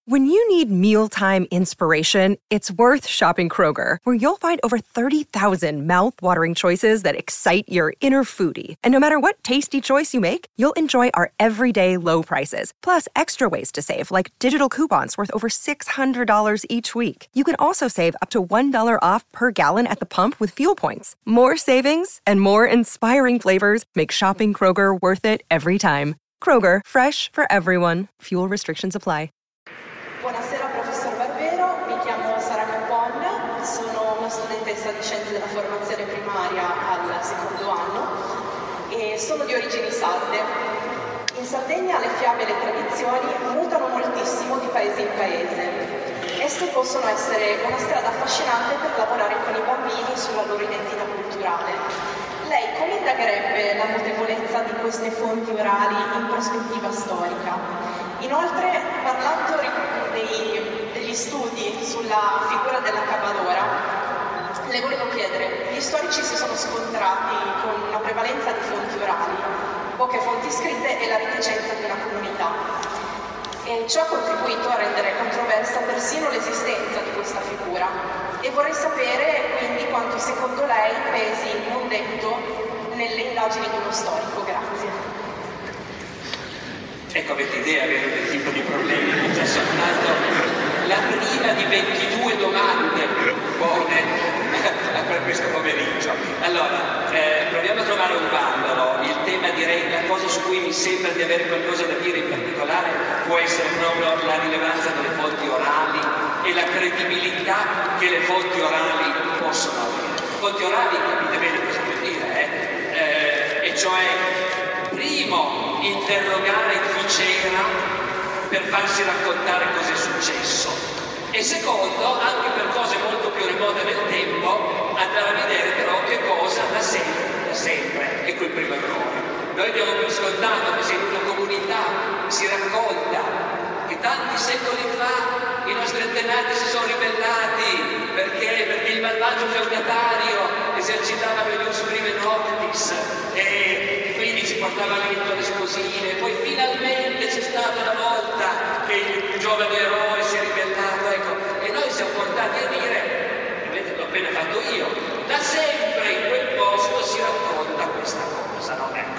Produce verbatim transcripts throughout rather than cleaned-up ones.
When you need mealtime inspiration, it's worth shopping Kroger, where you'll find over thirty thousand mouth-watering choices that excite your inner foodie. And no matter what tasty choice you make, you'll enjoy our everyday low prices, plus extra ways to save, like digital coupons worth over six hundred dollars each week. You can also save up to one dollar off per gallon at the pump with fuel points. More savings and more inspiring flavors make shopping Kroger worth it every time. Kroger, fresh for everyone. Fuel restrictions apply. Buonasera professor Barbero, mi chiamo Sara Capon, sono una studentessa di Scienze della Formazione Primaria al secondo anno e sono di origini sarde. In Sardegna le fiabe e le tradizioni mutano moltissimo di paese in paese. Esse possono essere una strada affascinante per lavorare con i bambini sulla loro identità culturale. Lei come indagherebbe la mutevolezza di queste fonti orali in prospettiva storica? Inoltre, parlando dei, degli studi sulla figura della Cabalora, le volevo chiedere, gli storici si sono scontrati con una prevalenza di fonti orali, poche fonti scritte e la reticenza di una comunità. E ciò ha contribuito a rendere controversa persino l'esistenza di questa figura. E vorrei sapere quindi quanto secondo lei pesi il non detto nelle indagini di uno storico. Grazie. Ecco, avete idea vero del tipo di problemi che c'è soltanto la prima di ventidue domande buone per questo pomeriggio. Allora, eh, proviamo a trovare un bandolo. Il tema, direi, la cosa su cui mi sembra di avere qualcosa da dire in particolare può essere proprio la rilevanza delle fonti orali e la credibilità che le fonti orali possono avere. Fonti orali, capite bene cosa vuol dire, eh? Eh, e cioè, primo, interrogare chi c'era per farsi raccontare cosa è successo e secondo, anche per cose molto più remote nel tempo, andare a vedere però che cosa da sempre, da sempre, ecco il primo errore. Noi abbiamo più scontato che se in una comunità si racconta che tanti secoli fa i nostri antenati si sono ribellati perché, perché il malvagio feudatario esercitava lo ius prime noctis e quindi ci portava lento alle sposine, poi finalmente c'è stata una volta che il giovane eroe si è ribellato, ecco, e noi siamo portati a dire, avete l'ho appena fatto io, da sempre in quel posto si racconta questa cosa, no? Ecco.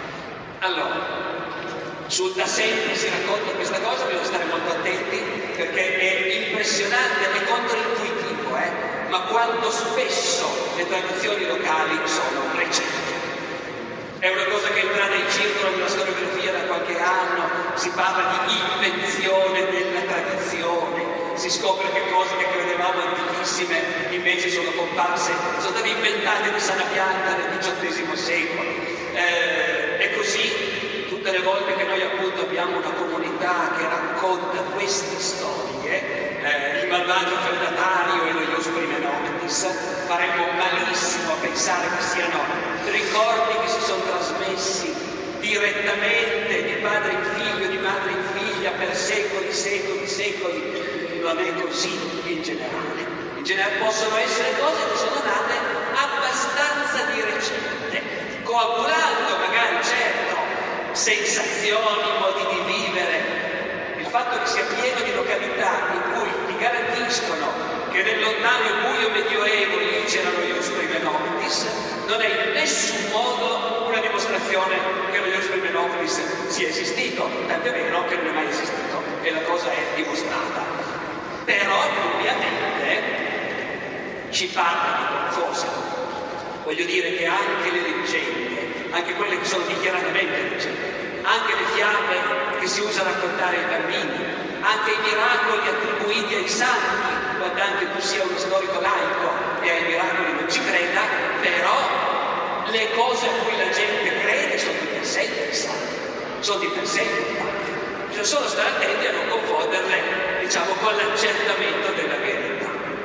Allora, sul da sempre si racconta questa cosa, bisogna stare molto attenti perché è impressionante e controintuitivo, eh? Ma quanto spesso le tradizioni locali sono recenti. È una cosa che entra nel circolo della storiografia da qualche anno, si parla di invenzione della tradizione, si scopre che cose che credevamo antichissime invece sono comparse, sono state inventate di sana pianta nel diciottesimo secolo. Eh, è così tutte le volte che noi appunto abbiamo una comunità che racconta queste storie, eh, il malvagio feudatario e lo ius prime noctis, faremmo malissimo a pensare che siano ricordi che si sono trasmessi direttamente di padre in figlio, di madre in figlia per secoli, secoli, secoli. Non è così in generale. In generale possono essere cose che sono nate abbastanza di recente, coagulando magari, certo, sensazioni, modi di vivere. Il fatto che sia pieno di località in cui ti garantiscono che nel lontano e buio medioevo lì c'erano ius prime noctis, non è in nessun modo una dimostrazione che lo ius prime noctis sia esistito, tant'è vero che non è mai esistito e la cosa è dimostrata. Però ovviamente ci parla di qualcosa. Voglio dire che anche le leggende, anche quelle che sono dichiaratamente leggende, anche le fiabe che si usa a raccontare ai bambini, anche i miracoli attribuiti ai santi, quando anche tu sia uno storico laico e ai miracoli non ci creda, però le cose a cui la gente crede sono di per sé interessanti, sono di per sé importanti. Bisogna solo stare attenti a non confonderle, diciamo, con l'accertamento della verità.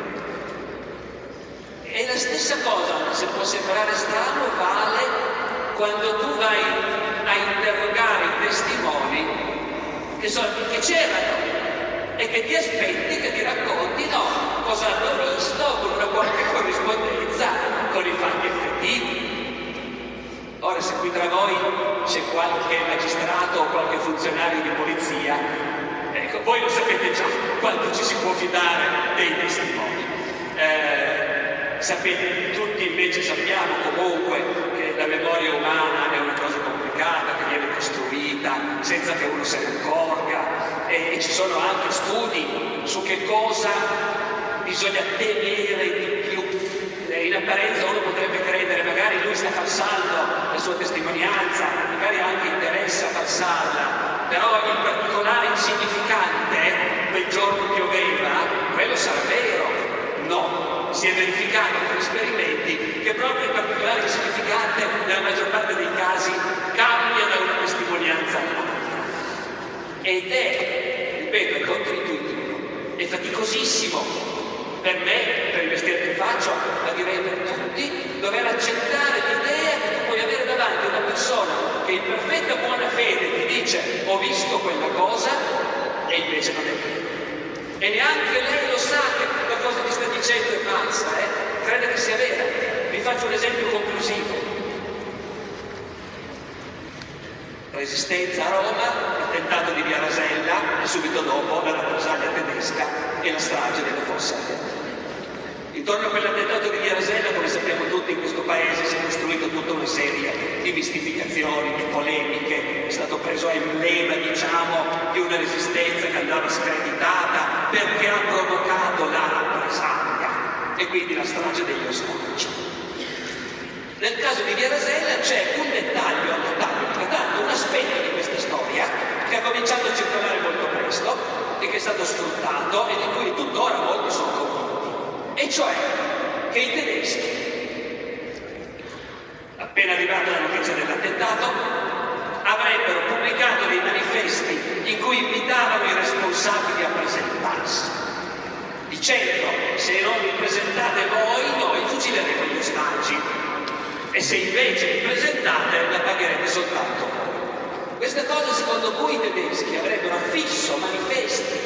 E la stessa cosa, se può sembrare strano, vale quando tu vai a interrogare i testimoni che, sono, che c'erano e che ti aspetti che ti raccontino cosa hanno visto con una qualche corrispondenza con i fatti effettivi. Ora, se qui tra voi c'è qualche magistrato o qualche funzionario di polizia, Ecco, voi lo sapete già quanto ci si può fidare dei testimoni. Eh, sapete, tutti invece sappiamo comunque che la memoria umana è una cosa complicata, che viene costruita senza che uno se ne accorga, e, e ci sono anche studi su che cosa bisogna temere di più. E in apparenza uno potrebbe credere, magari lui sta falsando la sua testimonianza, magari anche interessa falsarla, però in particolare insignificante, quel giorno pioveva, quello sarà vero. No, si è verificato con esperimenti che proprio in particolare insignificante, nella maggior parte dei casi, cambia da una testimonianza all'altra. Ed è, ripeto, è controintuitivo, è faticosissimo per me, per il mestiere che faccio, ma direi per tutti, dover accettare l'idea che tu puoi avere davanti una persona che in perfetta buona fede ti dice ho visto quella cosa e invece non è vero. E neanche lei lo sa che la cosa che sta dicendo è falsa, eh? Crede che sia vera. Vi faccio un esempio conclusivo. Resistenza a Roma, l'attentato di Via Rasella e subito dopo la rappresaglia tedesca e la strage delle Fosse Ardeatine. Intorno a quell'attentato di Via Rasella, come sappiamo tutti in questo paese, si è costruita tutta una serie di mistificazioni, di polemiche, è stato preso a emblema, diciamo, di una resistenza che andava screditata perché ha provocato la rappresaglia e quindi la strage degli ostaggi. Nel caso di Via Rasella c'è un dettaglio, un dettaglio, trattando un aspetto di questa storia che ha cominciato a circolare molto presto e che è stato sfruttato e di cui tuttora molti sono convinti. E cioè che i tedeschi, appena arrivata la notizia dell'attentato, avrebbero pubblicato dei manifesti in cui invitavano i responsabili a presentarsi, dicendo se non vi presentate voi, noi fucileremo gli ostaggi, e se invece vi presentate la pagherete soltanto voi. Questa cosa secondo cui i tedeschi avrebbero affisso manifesti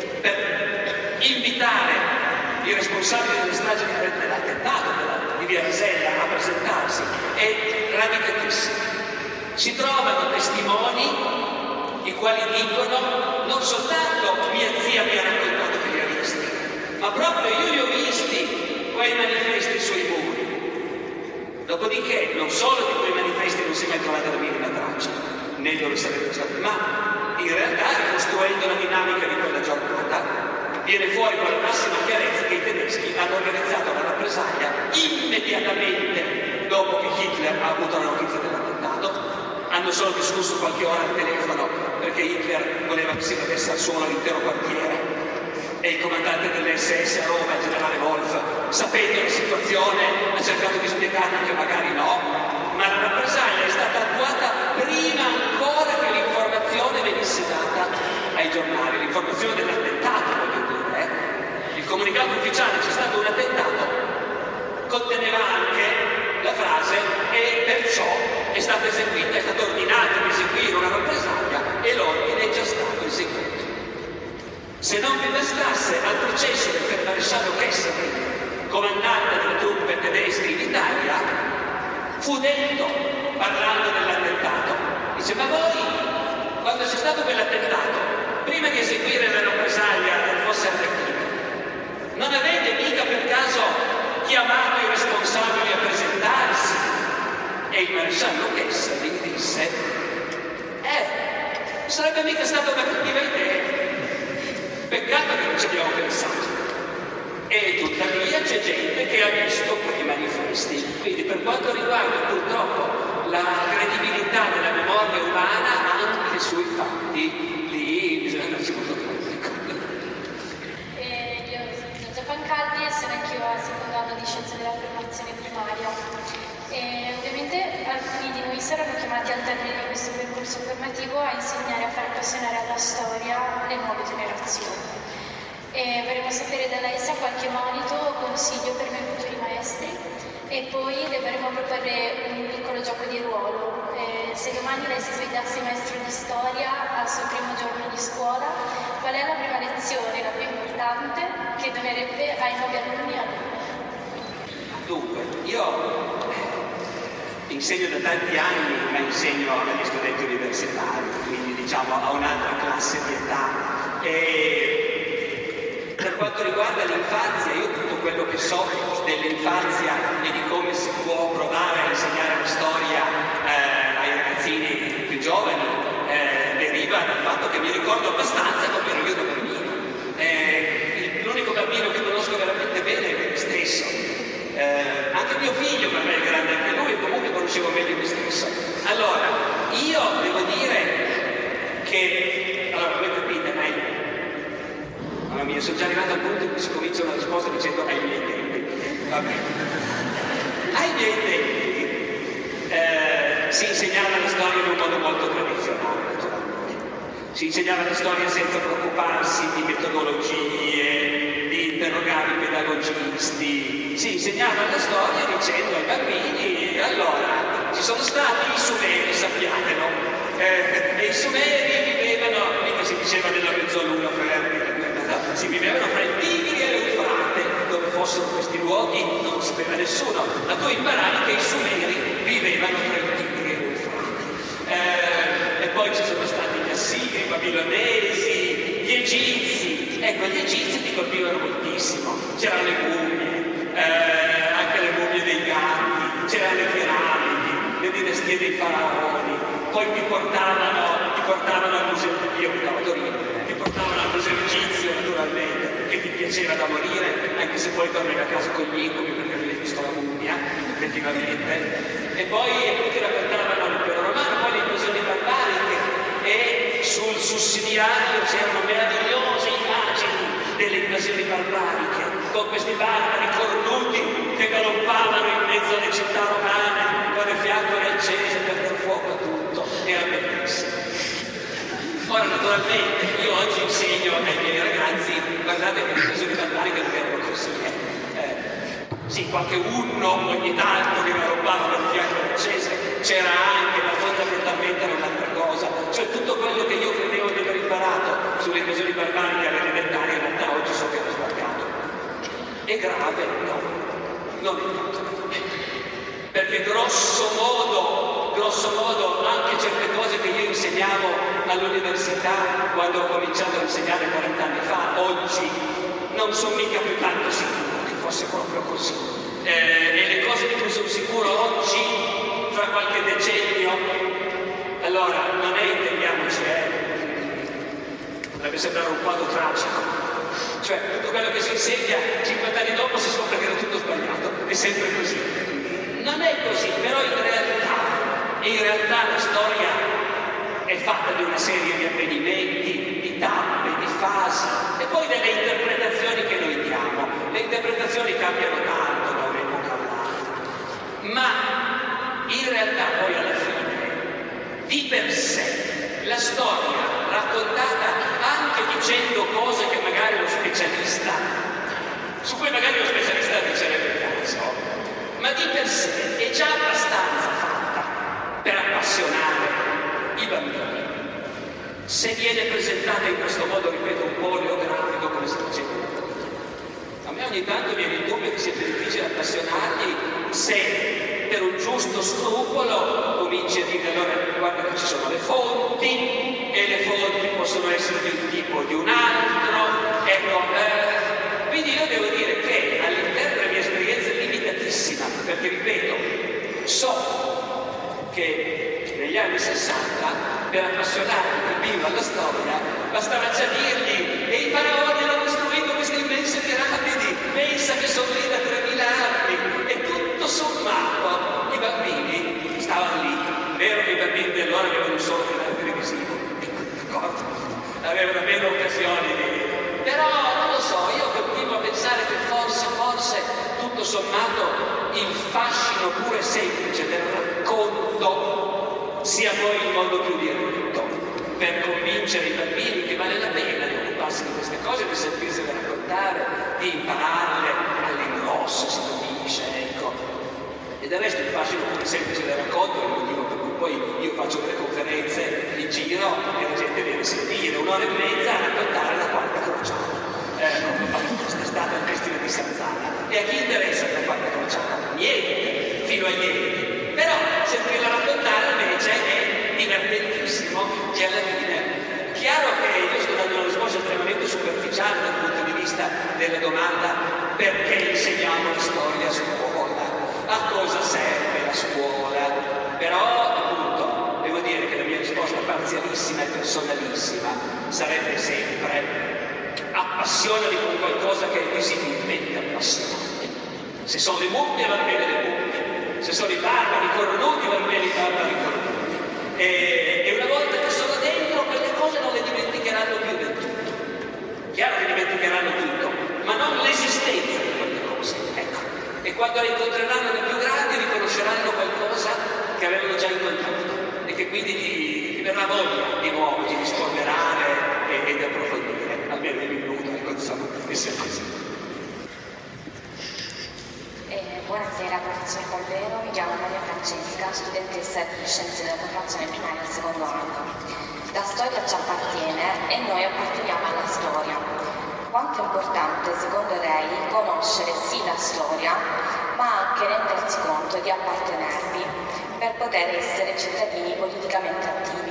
per invitare i responsabili delle stragi dell'attentato di Via Rasella a presentarsi è radicatissimo. Si trovano testimoni i quali dicono non soltanto mia zia mi ha raccontato che li ha visti, ma proprio io li ho visti quei manifesti sui muri. Dopodiché non solo di quei manifesti non si è mai trovata la minima traccia, né dove sarebbero stati, ma in realtà ricostruendo la dinamica di quella giornata viene fuori con la massima chiarezza che i tedeschi hanno organizzato la rappresaglia immediatamente dopo che Hitler ha avuto la notizia dell'attentato. Hanno solo discusso qualche ora al telefono perché Hitler voleva che si mettesse al suolo l'intero quartiere e il comandante dell'esse esse a Roma, il generale Wolf, sapendo la situazione, ha cercato di spiegargli che magari no, ma la rappresaglia è stata attuata prima ancora che l'informazione venisse data ai giornali, l'informazione dell'attentato, voglio dire, eh? Il comunicato ufficiale c'è stato un attentato, conteneva anche la frase e perciò è stata eseguita, è stato ordinato di eseguire una rappresaglia e l'ordine è già stato eseguito. Se non vi bastasse, al processo del feldmaresciallo Kesselring, comandante delle truppe tedesche in Italia, fu detto, parlando dell'attentato, dice ma voi, quando c'è stato quell'attentato, prima di eseguire la rappresaglia del Fosse Ardeatine, non avete mica per caso chiamato i responsabili a presentarsi? E il maresciallo Kesselring disse eh, sarebbe mica stata una cattiva idea, peccato che non ci abbiamo pensato. E tuttavia c'è gente che ha visto quei manifesti. Quindi per quanto riguarda purtroppo la credibilità della memoria umana, anche sui fatti lì bisogna andarci molto tranquilli. Eh, io sono Giorgia Pancaldi e sono anch'io al secondo anno di scienze della formazione primaria. E ovviamente alcuni di noi saranno chiamati al termine di questo percorso formativo a insegnare a far appassionare alla storia le nuove generazioni. E vorremmo sapere da lei se ha qualche monito o consiglio per noi futuri maestri, e poi le vorremmo proporre un piccolo gioco di ruolo. E se domani lei si svegliasse maestro di storia al suo primo giorno di scuola, qual è la prima lezione, la più importante, che donerebbe ai nuovi alunni e alunne? Dunque, io insegno da tanti anni, ma insegno agli studenti universitari, quindi diciamo a un'altra classe di età. E per quanto riguarda l'infanzia, io tutto quello che so dell'infanzia e di come si può provare a insegnare la storia eh, ai ragazzini più giovani eh, deriva dal fatto che mi ricordo abbastanza come ero io da bambino. Eh, l'unico bambino che conosco veramente bene è me stesso. Eh, anche mio figlio per me è grande, anche lui, comunque conoscevo meglio me stesso. Allora, io devo dire che, allora voi capite, ma mamma mia, sono già arrivato al punto in cui si comincia una risposta dicendo ai miei tempi. Vabbè. Ai miei tempi eh, si insegnava la storia in un modo molto tradizionale, naturalmente. Si insegnava la storia senza preoccuparsi di metodologie, di interrogare i pedagogisti. Si insegnava la storia dicendo ai bambini, allora, ci sono stati i Sumeri, sappiatelo, eh, e i Sumeri vivevano, mica si diceva nella mezzaluna fermi, si vivevano fra il Tigri e l'Eufrate, dove fossero questi luoghi non sapeva nessuno, ma tu imparavi che i Sumeri vivevano fra il Tigri e l'Eufrate. Eh, e poi ci sono stati gli Assiri, i Babilonesi, gli Egizi. Ecco, gli Egizi ti colpivano moltissimo, c'erano le mummie, eh, anche le mummie dei gatti, c'erano le piramidi, le dinastie dei faraoni, poi ti portavano, ti portavano al museo, io abitavo a Torino, ti portavano al museo egizio naturalmente, che ti piaceva da morire, anche se poi tornavi a casa con gli incubi perché avevi visto la mummia, effettivamente, e poi ti raccontavano l'impero romano, poi le invasioni barbariche, e sul sussidiario c'erano meravigliose immagini delle invasioni barbariche, con questi barbari cornuti che galoppavano in mezzo alle città romane, con le fiaccole accese per dar fuoco a tutto, era bellissimo. Ora naturalmente io oggi insegno ai miei ragazzi, guardate che le invasioni barbariche non erano così, eh. Eh, sì, qualche uno ogni tanto che galoppava con le fiaccole accese, c'era anche, ma fondamentalmente era un'altra cosa, cioè tutto quello che io credevo di aver imparato sulle invasioni barbariche alle elementari in realtà oggi so che era sbagliato. È grave? No, non è tanto. Perché grosso modo, grosso modo anche certe cose che io insegnavo all'università quando ho cominciato a insegnare quaranta anni fa, oggi non sono mica più tanto sicuro che fosse proprio così. Eh, e le cose di cui sono sicuro oggi, fra qualche decennio, allora non è, intendiamoci, eh, dovrebbe sembrare un quadro tragico. Cioè, tutto quello che si insegna cinquanta anni dopo si scopre che era tutto sbagliato, è sempre così. Non è così, però in realtà, in realtà la storia è fatta di una serie di avvenimenti, di tappe, di fasi, e poi delle interpretazioni che noi diamo. Le interpretazioni cambiano tanto da un'epoca all'altra, ma in realtà poi alla fine, di per sé, la storia raccontata anche dicendo cose che magari lo specialista, su cui magari lo specialista dicerebbe cazzo, ma di per sé è già abbastanza fatta per appassionare i bambini. Se viene presentata in questo modo, ripeto, un po' oleografico, come si diceva. A me ogni tanto viene il dubbio che sia più difficile appassionarli se per un giusto scrupolo cominci a dire allora guarda che ci sono le fonti e le fonti possono essere di un tipo o di un altro, ecco, eh, quindi io devo dire che all'interno della mia esperienza limitatissima, perché ripeto, so che negli anni sessanta per appassionare il bambino alla storia bastava già dirgli e i faraoni hanno costruito queste immense piramidi, pensa che sono lì da tremila anni, e tutto sommato i bambini stavano lì. Vero che i bambini di allora avevano solo il canale televisivo, d'accordo? Avevano meno occasioni di... Però non lo so, io continuo a pensare che forse, forse tutto sommato il fascino puro e semplice del racconto sia poi il modo più diretto per convincere i bambini che vale la pena di occuparsi di queste cose, di sentirsele raccontare, di impararle all'ingrosso, si capisce, ecco. E del resto il fascino puro e semplice del racconto è il motivo per cui poi io faccio delle conferenze in giro e la gente deve sentire un'ora e mezza a raccontare la quarta crociata. Eh, come fa quest'estate al Festival di Sanzana. E a chi interessa la quarta crociata? Niente, fino a ieri. Però sentirla raccontare invece è divertentissimo e alla fine, chiaro che io sto dando una risposta estremamente superficiale dal punto di vista della domanda perché insegniamo la storia a scuola, a cosa serve la scuola, però appunto devo dire che la mia risposta parzialissima e personalissima sarebbe sempre appassionati con qualcosa che è visibilmente appassionante. Se sono le mucche va bene le mucche, se sono i barbari cornuti va bene i barbari cornuti, e, e una volta che sono dentro quelle cose non le dimenticheranno più del tutto. Chiaro che dimenticheranno tutto, ma non l'esistenza di quelle cose, ecco. E quando le incontreranno le più grandi riconosceranno qualcosa che avevano già incontrato e che quindi gli, gli verrà voglia di nuovo di rispolverare e, e di approfondire, almeno un minuto, ecco, insomma, che sia così. Eh, buonasera professore Barbero, mi chiamo Maria Francesca, studentessa di Scienze della Formazione Primaria al secondo anno. La storia ci appartiene e noi apparteniamo alla storia. Quanto è importante, secondo lei, conoscere sì la storia, ma anche rendersi conto di appartenervi per poter essere cittadini politicamente attivi?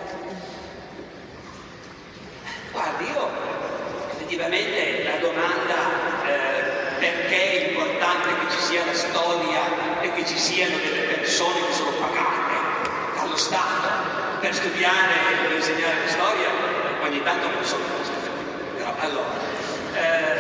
Guardi, io effettivamente la domanda eh, perché è importante che ci sia la storia e che ci siano delle persone che sono pagate dallo Stato per studiare e per insegnare la storia, ogni tanto non sono cose. Però allora, eh,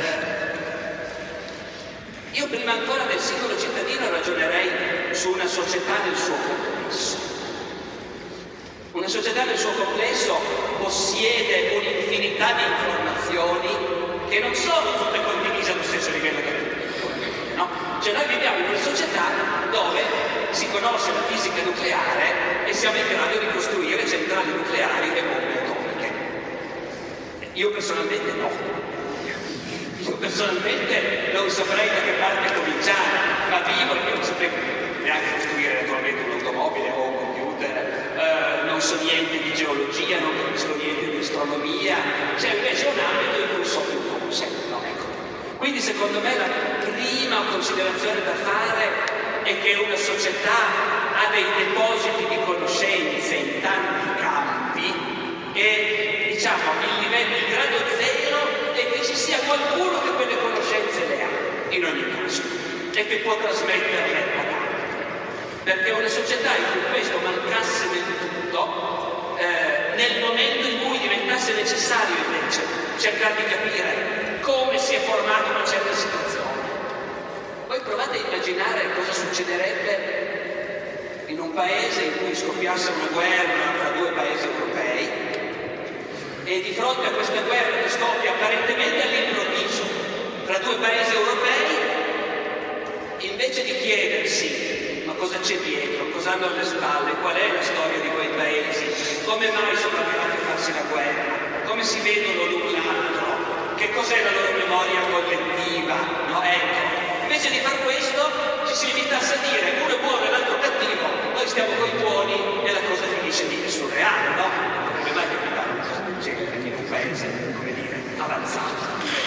io prima ancora del singolo cittadino ragionerei su una società nel suo complesso. Una società nel suo complesso possiede un'infinità di informazioni che non sono tutte condivise allo stesso livello da tutti, no? Cioè noi viviamo in una società dove si conosce la fisica nucleare e siamo in grado di costruire centrali nucleari e bombe atomiche. Io personalmente no. Io personalmente non saprei da che parte cominciare, ma vivo, io non saprei neanche costruire naturalmente un'automobile o un computer, eh, non so niente di geologia, non capisco niente di astronomia, c'è invece un ambito in cui so più cose, no? Ecco. Quindi secondo me la prima considerazione da fare è che una società ha dei depositi di conoscenze in tanti campi e diciamo il livello, il grado zero è che ci sia qualcuno che quelle conoscenze le ha, in ogni caso, e che può trasmetterle ad altri. Perché una società in cui questo mancasse del tutto, eh, nel momento in cui diventasse necessario invece cercare di capire come si è formata una certa situazione, poi provate a immaginare cosa succederebbe in un paese in cui scoppiasse una guerra tra due paesi europei e di fronte a questa guerra che scoppia apparentemente all'improvviso tra due paesi europei, invece di chiedersi ma cosa c'è dietro, cosa hanno alle spalle, qual è la storia di quei paesi, come mai sono arrivati a farsi la guerra, come si vedono l'un l'altro, che cos'è la loro memoria collettiva, no? Ecco. Invece di far questo ci si limitasse a dire uno è buono e l'altro cattivo, noi stiamo coi buoni e la cosa finisce di surreale, no? Non potrebbe mai capitare una cosa del genere in un paese, come dire, avanzato.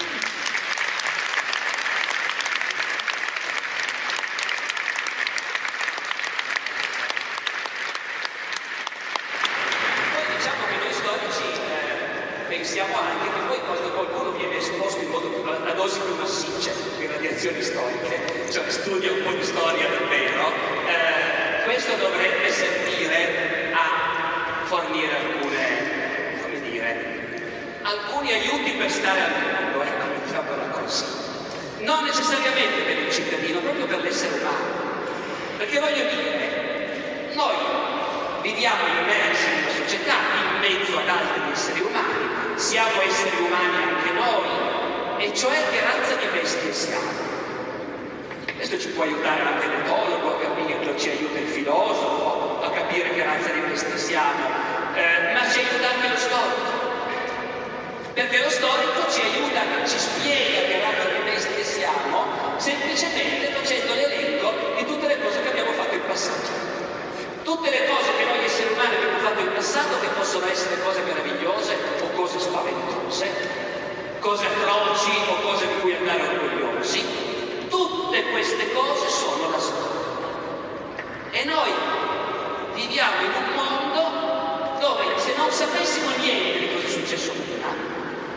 Pensiamo anche che poi quando qualcuno viene esposto in modo più, a dosi più massicce di radiazioni storiche, cioè studia un po' di storia davvero, eh, questo dovrebbe servire a fornire alcune, come dire, alcuni aiuti per stare al mondo, ecco, diciamola così. Non necessariamente per il cittadino, proprio per l'essere umano. Perché voglio dire, noi viviamo immersi in una società in mezzo ad altri esseri umani, siamo esseri umani anche noi, e cioè che razza di bestie siamo. Questo ci può aiutare anche l'etologo a capirlo, ci aiuta il filosofo a capire che razza di bestie siamo, eh, ma ci aiuta anche lo storico, perché lo storico ci aiuta, ci spiega che razza di bestie siamo, semplicemente facendo l'elenco di tutte le cose che abbiamo fatto in passato. Tutte le cose che noi esseri umani abbiamo fatto in passato, che possono essere cose meravigliose o cose spaventose, cose atroci o cose di cui andare orgogliosi, tutte queste cose sono la storia. E noi viviamo in un mondo dove se non sapessimo niente di cosa è successo prima, andremmo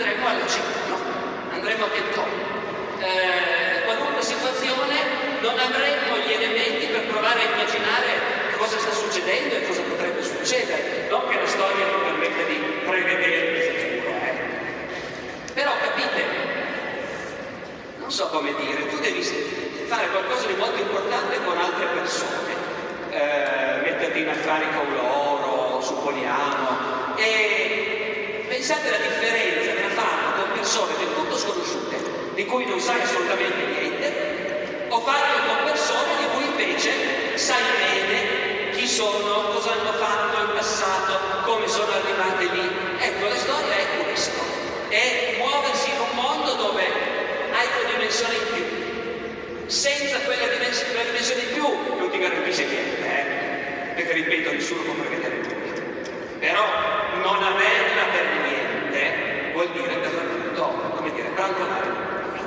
andremo alla città, no? Andremo a Kentucky. Eh, qualunque situazione non avremo gli elementi per provare a immaginare cosa sta succedendo e cosa potrebbe succedere. Non che la storia non permetta di prevedere il futuro, eh. Però capite, non so come dire, tu devi fare qualcosa di molto importante con altre persone, eh, metterti in affari con loro, supponiamo, e pensate alla differenza nella farlo con persone del tutto sconosciute, di cui non sai assolutamente niente, o farlo con persone di cui invece sai bene chi sono, cosa hanno fatto in passato, come sono arrivate lì. Ecco, la storia è questo, è muoversi in un mondo dove hai una dimensione in più. Senza quella dimensione, quella dimensione in più non ti garantisce niente, eh? Perché ripeto, nessuno può prevedere nulla. Però non averla per niente vuol dire per l'appunto, come dire, brancolare.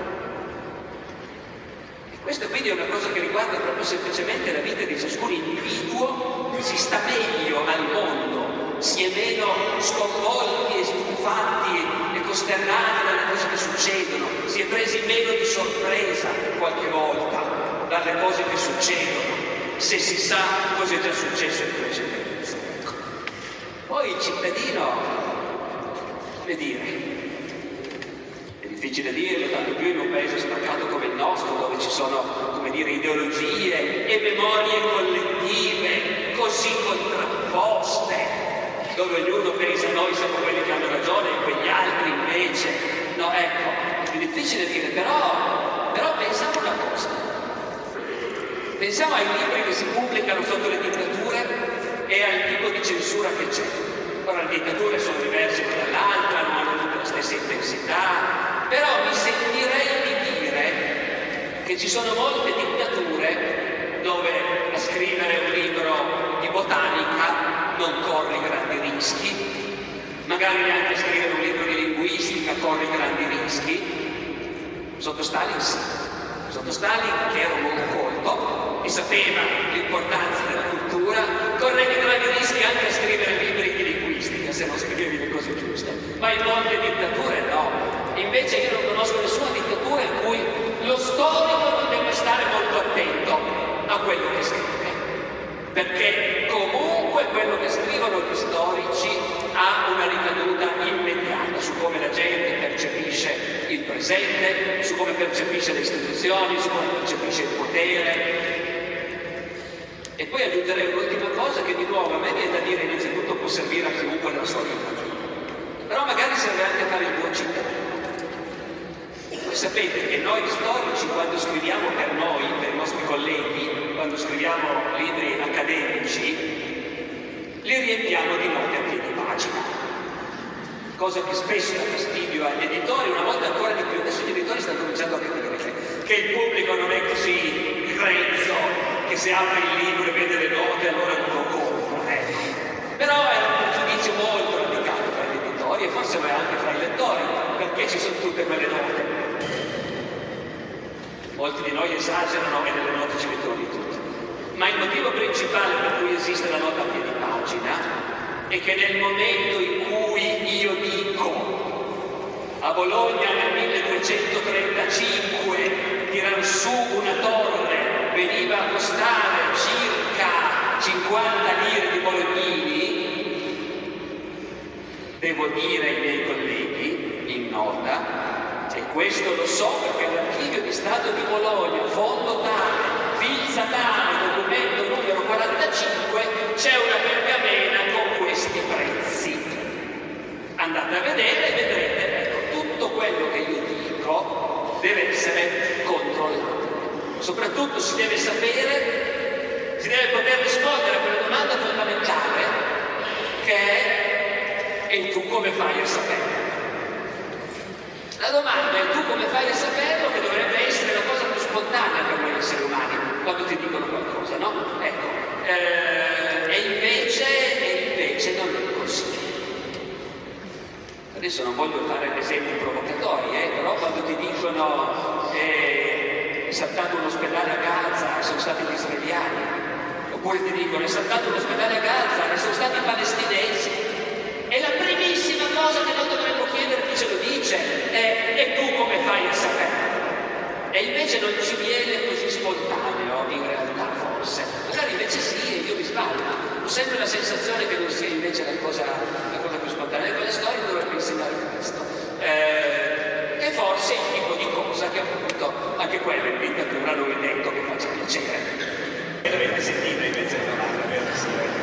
E questo quindi è una cosa che riguarda proprio semplicemente la vita di ciascun individuo. Si sta meglio al mondo, si è meno sconvolti e stupefatti e costernati dalle cose che succedono, si è presi meno di sorpresa qualche volta dalle cose che succedono, se si sa cosa è già successo in precedenza. Poi il cittadino, come dire, è difficile dirlo, tanto più in un paese spaccato come il nostro, dove ci sono, come dire, ideologie e memorie collettive così contrapposte, dove ognuno pensa noi siamo quelli che hanno ragione e quegli altri invece no. Ecco, è più difficile dire, però, però pensiamo una cosa, pensiamo ai libri che si pubblicano sotto le dittature e al tipo di censura che c'è. Ora le dittature sono diverse una dall'altra, non hanno tutte la stessa intensità, però mi sentirei di dire che ci sono molte dittature dove a scrivere un libro di botanica non corri grandi rischi, magari neanche a scrivere un libro di linguistica corri grandi rischi. Sotto Stalin sì, sotto Stalin, che era un uomo colto e sapeva l'importanza della cultura, correvi grandi rischi anche a scrivere libri di linguistica se non scrivevi le cose giuste, ma in molte dittature no. Invece io non conosco nessuna dittatura in cui lo storico non deve stare molto attento a quello che scrive, perché comunque quello che scrivono gli storici ha una ricaduta immediata su come la gente percepisce il presente, su come percepisce le istituzioni, su come percepisce il potere. E poi aggiungerei un'ultima cosa che di nuovo a me viene da dire innanzitutto può servire a chiunque nella sua vita, però magari serve anche a fare il buon cittadino. Voi sapete che noi storici, quando scriviamo per noi, per i nostri colleghi, quando scriviamo libri accademici, li riempiamo di note a piedi pagina, cosa che spesso dà fastidio agli editori, una volta ancora di più. Adesso gli editori stanno cominciando a capire che, che il pubblico non è così grezzo, che se apre il libro e vede le note allora non lo compra, eh. Però è un giudizio molto radicato fra gli editori e forse lo è anche fra i lettori, perché ci sono tutte quelle note. Molti di noi esagerano e nelle note ci mettono di tutto. Ma il motivo principale per cui esiste la nota a piedi pagina è che nel momento in cui io dico a Bologna nel milletrecentotrentacinque tirar su una torre veniva a costare circa cinquanta lire di bolognini, devo dire ai miei colleghi in nota, e questo lo so perché all'archivio di Stato di Bologna, fondo tale, filza tale, documento numero quarantacinque, c'è una pergamena con questi prezzi. Andate a vedere e vedrete, ecco, tutto quello che io dico deve essere controllato. Soprattutto si deve sapere, si deve poter rispondere a quella domanda fondamentale che è: e tu come fai a sapere? La domanda è: tu come fai a saperlo, che dovrebbe essere la cosa più spontanea per noi esseri umani quando ti dicono qualcosa, no? Ecco, eh, e invece, e invece non è così. Adesso non voglio fare esempi provocatori, eh, però quando ti dicono eh, è saltato un ospedale a Gaza e sono stati gli israeliani, oppure ti dicono è saltato un ospedale a Gaza e sono stati i palestinesi, è la primissima cosa che noi dovremmo chiederti ce lo dice è e tu come fai a sapere? E invece non ci viene così spontaneo in realtà, forse. Magari invece sì, e io mi sbaglio. Ho sempre la sensazione che non sia invece la cosa, la cosa più spontanea. Quella storia dovrebbe insegnare questo. Eh, che forse è il tipo di cosa che appunto anche quella in letteratura non è detto che faccia piacere. E l'avete sentito invece non ha vero? Sì.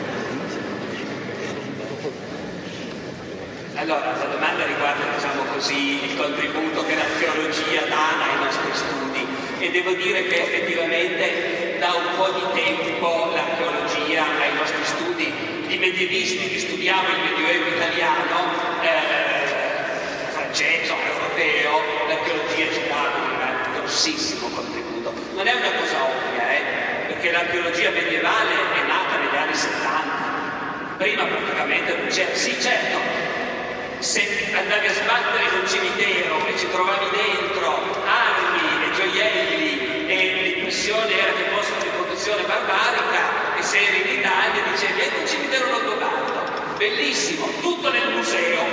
Allora, la domanda riguarda, diciamo così, il contributo che l'archeologia dà ai nostri studi e devo dire che effettivamente da un po' di tempo l'archeologia ai nostri studi di medievisti che studiamo il Medioevo italiano, eh, francese, europeo, l'archeologia ci dà un grossissimo contributo. Non è una cosa ovvia, eh, perché l'archeologia medievale è nata negli anni settanta, prima praticamente non c'era, sì certo. Se andavi a sbattere in un cimitero e ci trovavi dentro armi e gioielli e l'impressione era che fosse una riproduzione barbarica e se eri in Italia dicevi ecco un cimitero longobardo, bellissimo, tutto nel museo.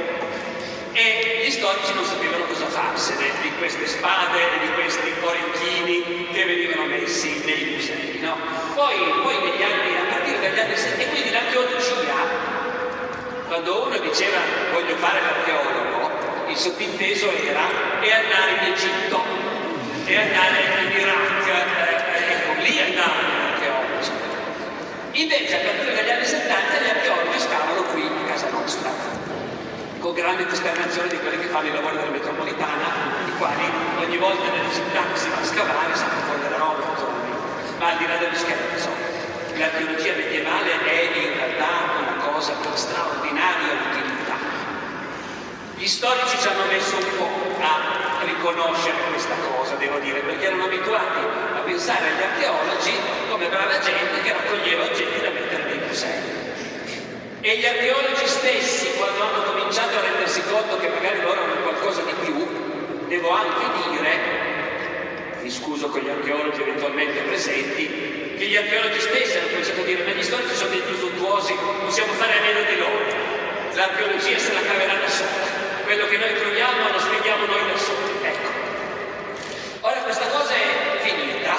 E gli storici non sapevano cosa farsene di queste spade e di questi orecchini che venivano messi nei musei, no? Poi, poi negli anni, a partire dagli anni settanta, e quindi l'archeologia, quando uno diceva voglio fare l'archeologo, il sottinteso era e andare in Egitto, e andare in Iraq, eh, ecco, lì andavano gli archeologi. Invece a partire dagli anni settanta gli archeologi stavano qui a casa nostra, con grande costernazione di quelli che fanno i lavori della metropolitana, i quali ogni volta nelle città che si va a scavare si fa fuori della roba, naturalmente. Ma al di là dello scherzo, l'archeologia medievale è in realtà una cosa di straordinaria utilità. Gli storici ci hanno messo un po' a riconoscere questa cosa, devo dire, perché erano abituati a pensare agli archeologi come brava gente che raccoglieva oggetti da mettere nei musei. E gli archeologi stessi, quando hanno cominciato a rendersi conto che magari loro erano qualcosa di più, devo anche dire, mi scuso con gli archeologi eventualmente presenti, che gli archeologi stessi hanno cominciato a dire ma gli storici sono dei presuntuosi, possiamo fare a meno di loro, l'archeologia se la caverà da sola, quello che noi troviamo lo spieghiamo noi da soli. Ecco, ora questa cosa è finita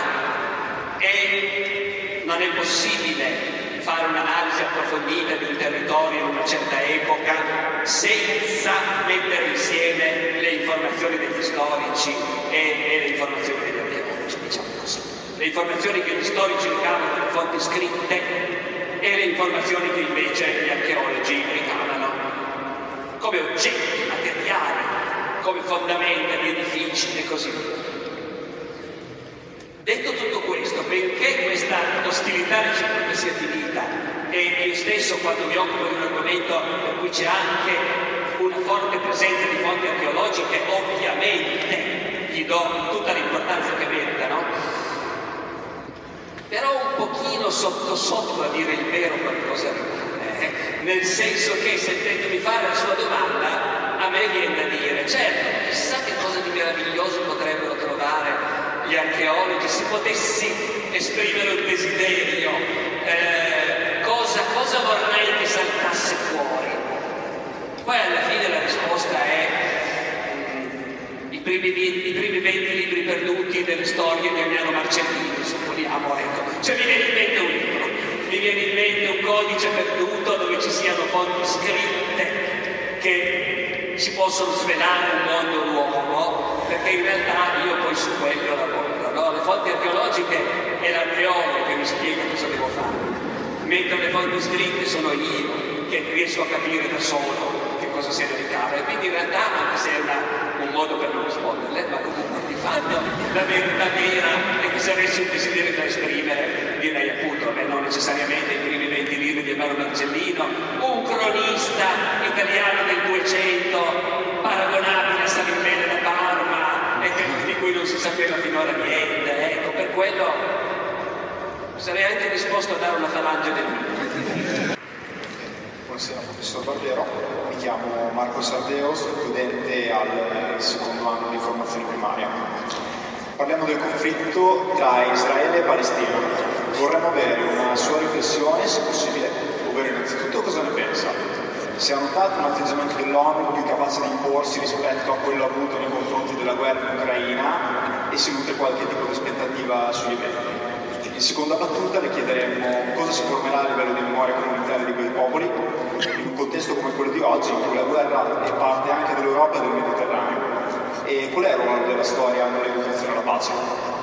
e non è possibile fare un'analisi approfondita di un territorio in una certa epoca senza mettere insieme le informazioni degli storici e, e le informazioni degli archeologi, diciamo così. Le informazioni che gli storici ricavano dalle fonti scritte e le informazioni che invece gli archeologi ricavano come oggetti materiali, come fondamenta di edifici e così via. Detto tutto questo, benché questa ostilità reciproca sia finita e io stesso quando mi occupo di un argomento per cui c'è anche una forte presenza di fonti archeologiche, ovviamente gli do tutta l'importanza che meritano, però un pochino sotto sotto a dire il vero qualcosa rimane, eh? Nel senso che sentendomi fare la sua domanda a me viene da dire certo, chissà che cosa di meraviglioso potrebbero trovare gli archeologi se potessi esprimere un desiderio, eh, cosa, cosa vorrei che saltasse fuori? Poi alla fine la risposta è mh, i, primi, i primi venti libri perduti delle storie di Emiliano Marcellini, supponiamo, ecco. Cioè mi viene in mente un libro, mi viene in mente un codice perduto dove ci siano fonti scritte che ci possono svelare il mondo nuovo, perché in realtà io poi su quello lavoro, no? Le fonti archeologiche è l'archeologo che mi spiega cosa devo fare, mentre le fonti scritte sono io che riesco a capire da solo che cosa sia da ricavare, e quindi in realtà anche se è una, un modo per non risponderle, ma comunque di fatto la verità vera è che se avessi un desiderio da esprimere direi appunto, beh, non necessariamente i primi venti libri di Emiliano Marcellino, un cronista italiano del duecento paragonabile a Salimbene da Parma e che, di cui non si sapeva finora niente, ecco, per quello sarei anche disposto a dare una falange del mio. Buonasera professor Barbero, mi chiamo Marco Sardeo, studente al secondo anno di formazione primaria. Parliamo del conflitto tra Israele e Palestina. Vorremmo avere una sua riflessione, se possibile, ovvero innanzitutto cosa ne pensa Si è notato un atteggiamento dell'ONU più capace di imporsi rispetto a quello avuto nei confronti della guerra in Ucraina e si nutre qualche tipo di aspettativa sugli eventi. In seconda battuta le chiederemmo cosa si formerà a livello di memoria comunitaria di quei popoli in un contesto come quello di oggi, in cui la guerra è parte anche dell'Europa e del Mediterraneo. E qual è il ruolo della storia nell'educazione alla pace?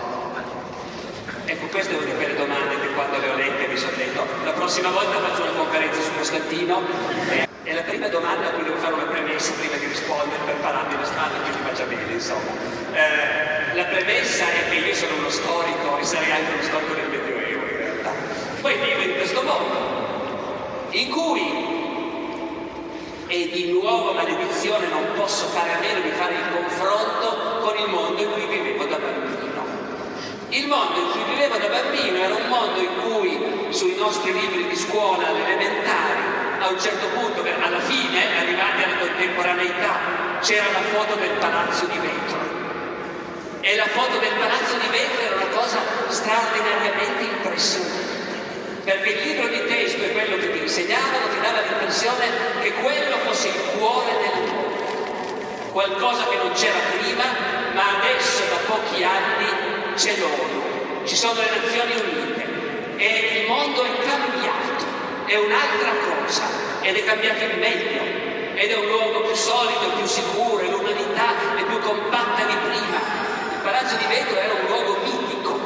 Ecco, queste sono quelle domande che quando le ho lette mi sono detto la prossima volta faccio una conferenza su Costantino e, e la prima domanda a cui devo fare una premessa prima di rispondere per pararmi la strada che mi faccia bene, insomma. Eh, la premessa è che io sono uno storico e sarei anche uno storico del Medioevo in realtà. Poi vivo in questo mondo in cui, e di nuovo maledizione, non posso fare a meno di fare il confronto con il mondo in cui vivevo da bambino. Il mondo in cui vivevo da bambino era un mondo in cui sui nostri libri di scuola, alle elementari, a un certo punto, alla fine, arrivati alla contemporaneità, c'era la foto del palazzo di vetro. E la foto del palazzo di vetro era una cosa straordinariamente impressionante, perché il libro di testo e quello che ti insegnavano ti dava l'impressione che quello fosse il cuore del mondo, qualcosa che non c'era prima, ma adesso da pochi anni c'è l'ONU, ci sono le Nazioni Unite e il mondo è cambiato, è un'altra cosa ed è cambiato in meglio ed è un luogo più solido, più sicuro, e l'umanità è più compatta di prima. Il Palazzo di Vetro era un luogo mitico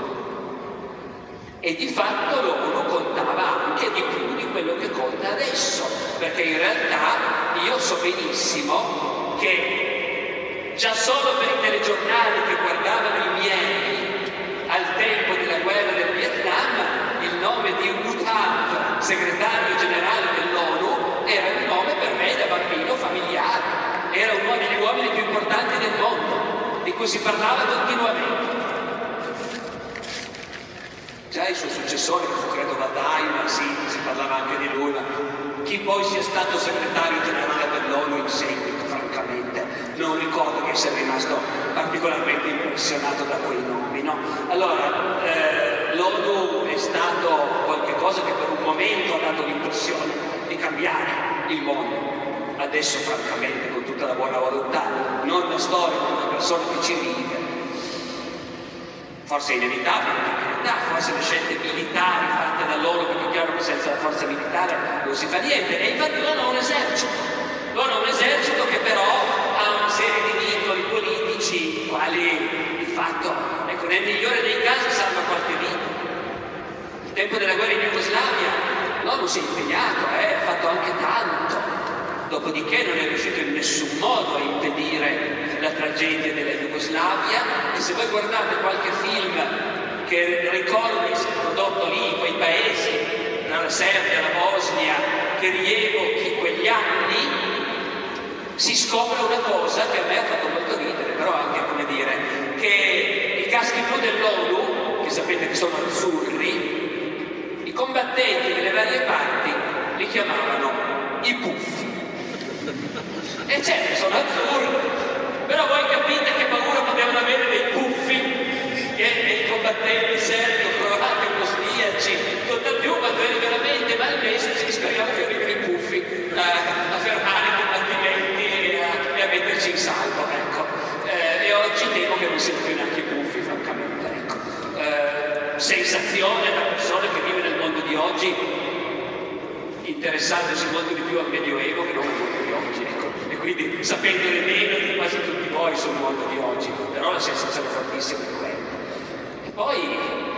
e di fatto l'ONU contava anche di più di quello che conta adesso, perché in realtà io so benissimo che già solo per i telegiornali che guardavano i miei al tempo della guerra del Vietnam, il nome di U T A P, segretario generale dell'ONU, era il nome per me da bambino familiare. Era uno degli uomini più importanti del mondo, di cui si parlava continuamente. Già il suo successore, che fu credo da Daimler, sì, si parlava anche di lui, ma chi poi sia stato segretario generale dell'ONU in seguito, francamente, non ricordo che sia rimasto particolarmente impressionato da quei nomi, no? Allora, eh, l'ONU è stato qualche cosa che per un momento ha dato l'impressione di cambiare il mondo. Adesso, francamente, con tutta la buona volontà, non la storia, ma una persona che ci vive, forse è inevitabile, forse le scelte militari fatte dall'ONU, perché è chiaro che senza la forza militare non si fa niente, e infatti l'ONU ha un esercito, l'ONU ha un esercito che però ha una serie di vincoli politici, quali di fatto, ecco, nel migliore dei casi salva qualche vita. Il tempo della guerra in Jugoslavia l'ONU si è impegnato, eh, ha fatto anche tanto, dopodiché non è riuscito in nessun modo a impedire la tragedia della Jugoslavia, e se voi guardate qualche film che ricordi si è prodotto lì in quei paesi, dalla Serbia, la Bosnia, che rievochi quegli anni, si scopre una cosa che a me ha fatto molto ridere, però anche, come dire, che i caschi blu dell'ONU, che sapete che sono azzurri, i combattenti delle varie parti li chiamavano i puffi. E certo, sono azzurri, però voi capite che paura potevano avere dei puffi che i combattenti serbi, croati, bosniaci, tutt'al più quando eri veramente malmesso, si speriamo che arrivino i puffi eh, a fermare i combattimenti e a, e a metterci in salvo, ecco. Eh, e oggi temo che non siano più neanche i puffi, francamente, ecco. Eh, sensazione da persona che vive nel mondo di oggi, interessandosi molto di più al Medioevo che non al mondo di oggi, ecco. E quindi sapendone meno di quasi tutti voi sul mondo di oggi, però la sensazione fortissima è quella. Poi,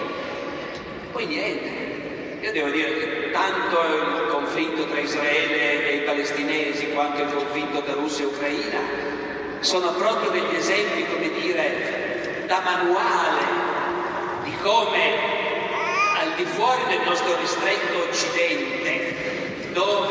poi niente, io devo dire che tanto il conflitto tra Israele e i palestinesi quanto il conflitto tra Russia e Ucraina sono proprio degli esempi, come dire, da manuale di come al di fuori del nostro ristretto occidente,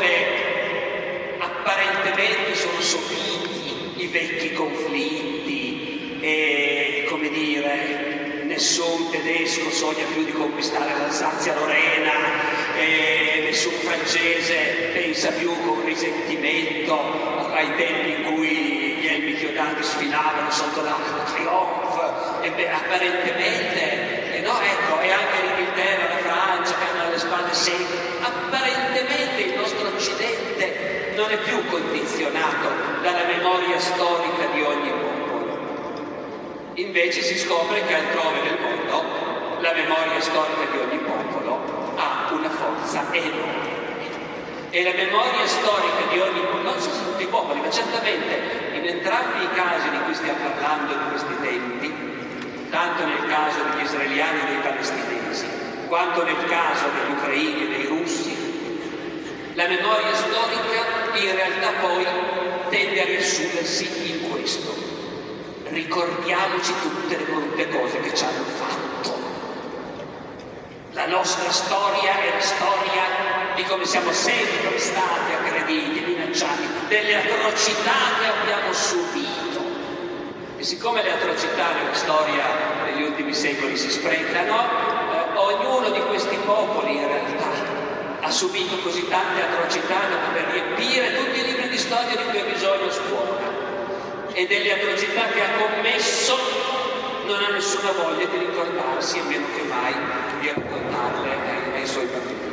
dove apparentemente sono sopiti i vecchi conflitti e, come dire, nessun tedesco sogna più di conquistare l'Alsazia-Lorena e nessun francese pensa più con risentimento ai tempi in cui gli elmi chiodati sfilavano sotto l'Arc de Triomphe e beh, apparentemente, eh, no, ecco, e anche l'Inghilterra, la Francia che hanno alle spalle sempre, apparentemente il nostro Occidente non è più condizionato dalla memoria storica di ogni popolo. Invece si scopre che altrove nel mondo la memoria storica di ogni popolo ha una forza enorme. E la memoria storica di ogni popolo, non solo tutti i popoli, ma certamente in entrambi i casi di cui stiamo parlando di questi tempi, tanto nel caso degli israeliani e dei palestinesi, quanto nel caso degli ucraini e dei russi, la memoria storica in realtà poi tende a riassumersi in questo: ricordiamoci tutte le brutte cose che ci hanno fatto. La nostra storia è la storia di come siamo sempre stati aggrediti, minacciati, delle atrocità che abbiamo subito. E siccome le atrocità nella storia degli ultimi secoli si sprecano, eh, ognuno di questi popoli in realtà ha subito così tante atrocità da poter riempire tutti i libri di storia di cui ha bisogno a scuola. E delle atrocità che ha commesso non ha nessuna voglia di ricordarsi, e meno che mai di raccontarle ai, ai suoi bambini.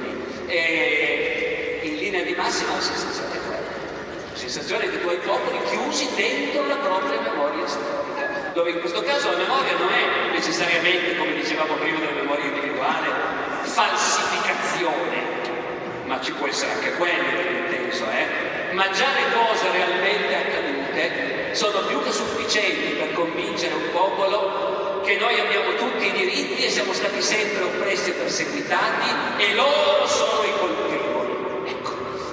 E in linea di massima la sensazione è quella, la sensazione che tu hai popoli chiusi dentro la propria memoria storica, dove in questo caso la memoria non è necessariamente, come dicevamo prima della memoria individuale, falsificazione, ma ci può essere anche quello inteso, eh? Ma già le cose realmente accadute sono più che sufficienti per convincere un popolo che noi abbiamo tutti i diritti e siamo stati sempre oppressi e perseguitati e loro sono i colpevoli. Ecco.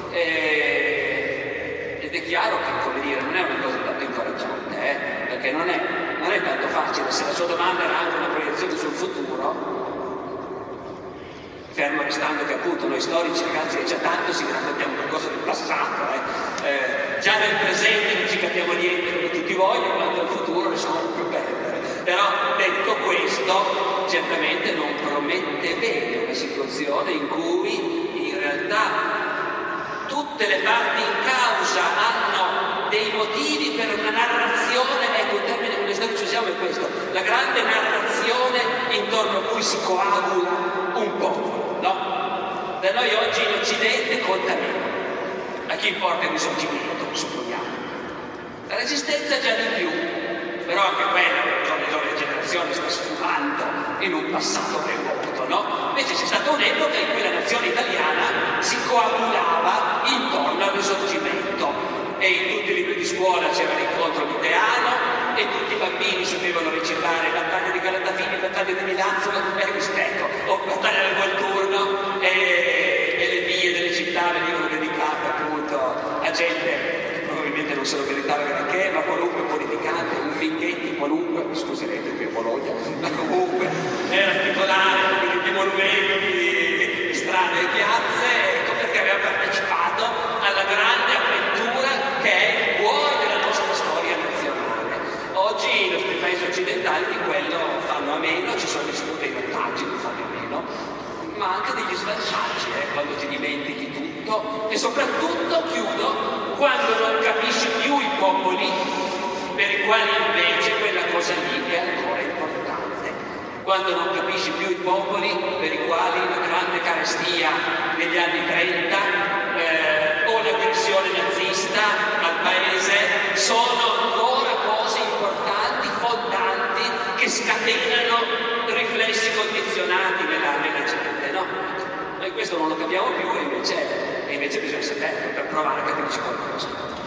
E... ed è chiaro che, come dire, non è una cosa tanto incoraggiante, eh? Perché non è, non è tanto facile. Se la sua domanda era anche una proiezione sul futuro, fermo restando che appunto noi storici, ragazzi, è già tanto si raccontiamo qualcosa del passato, eh? Eh, già nel presente non ci capiamo niente come tutti vogliono, quanto al futuro ne sono più perdere. Però detto questo, certamente non promette bene una situazione in cui in realtà tutte le parti in causa hanno dei motivi per una narrazione, ecco il termine che noi storici usiamo è questo, la grande narrazione intorno a cui si coagula un popolo, no? Da noi oggi in Occidente conta meno. A chi importa il risorgimento, supponiamo. La resistenza già di più, però anche quella, per giorno in giorno di generazione, sta sfumando in un passato remoto, no? Invece c'è stata un'epoca in cui la nazione italiana si coagulava intorno al risorgimento e in tutti i libri di scuola c'era l'incontro di Teano e tutti i bambini sapevano recitare battaglia di Calatafimi, battaglia di Milazzo e rispetto, o battaglia del Volturno e, e le vie delle città venivano dedicate appunto a gente che probabilmente non se lo meritava granché, ma qualunque politicante, un Finghetti qualunque, mi scuserete qui a Bologna, ma comunque era titolare di, di monumenti, di, di strade e piazze, ecco perché aveva partecipato alla grande avventura che è il cuore della nostra storia nazionale. Oggi i nostri paesi occidentali di quello fanno a meno, ci sono dei vantaggi di farne a meno, ma anche degli svantaggi, eh, quando ti dimentichi tutto e soprattutto, chiudo, quando non capisci più i popoli per i quali invece quella cosa lì è ancora importante, quando non capisci più i popoli per i quali la grande carestia negli anni trenta eh, o l'aggressione nazista al paese sono ancora cose importanti, fondanti, che scatenano riflessi condizionati nella, nella gente, no? Noi questo non lo capiamo più e invece, e invece bisogna saperlo per provare a capirci qualcosa.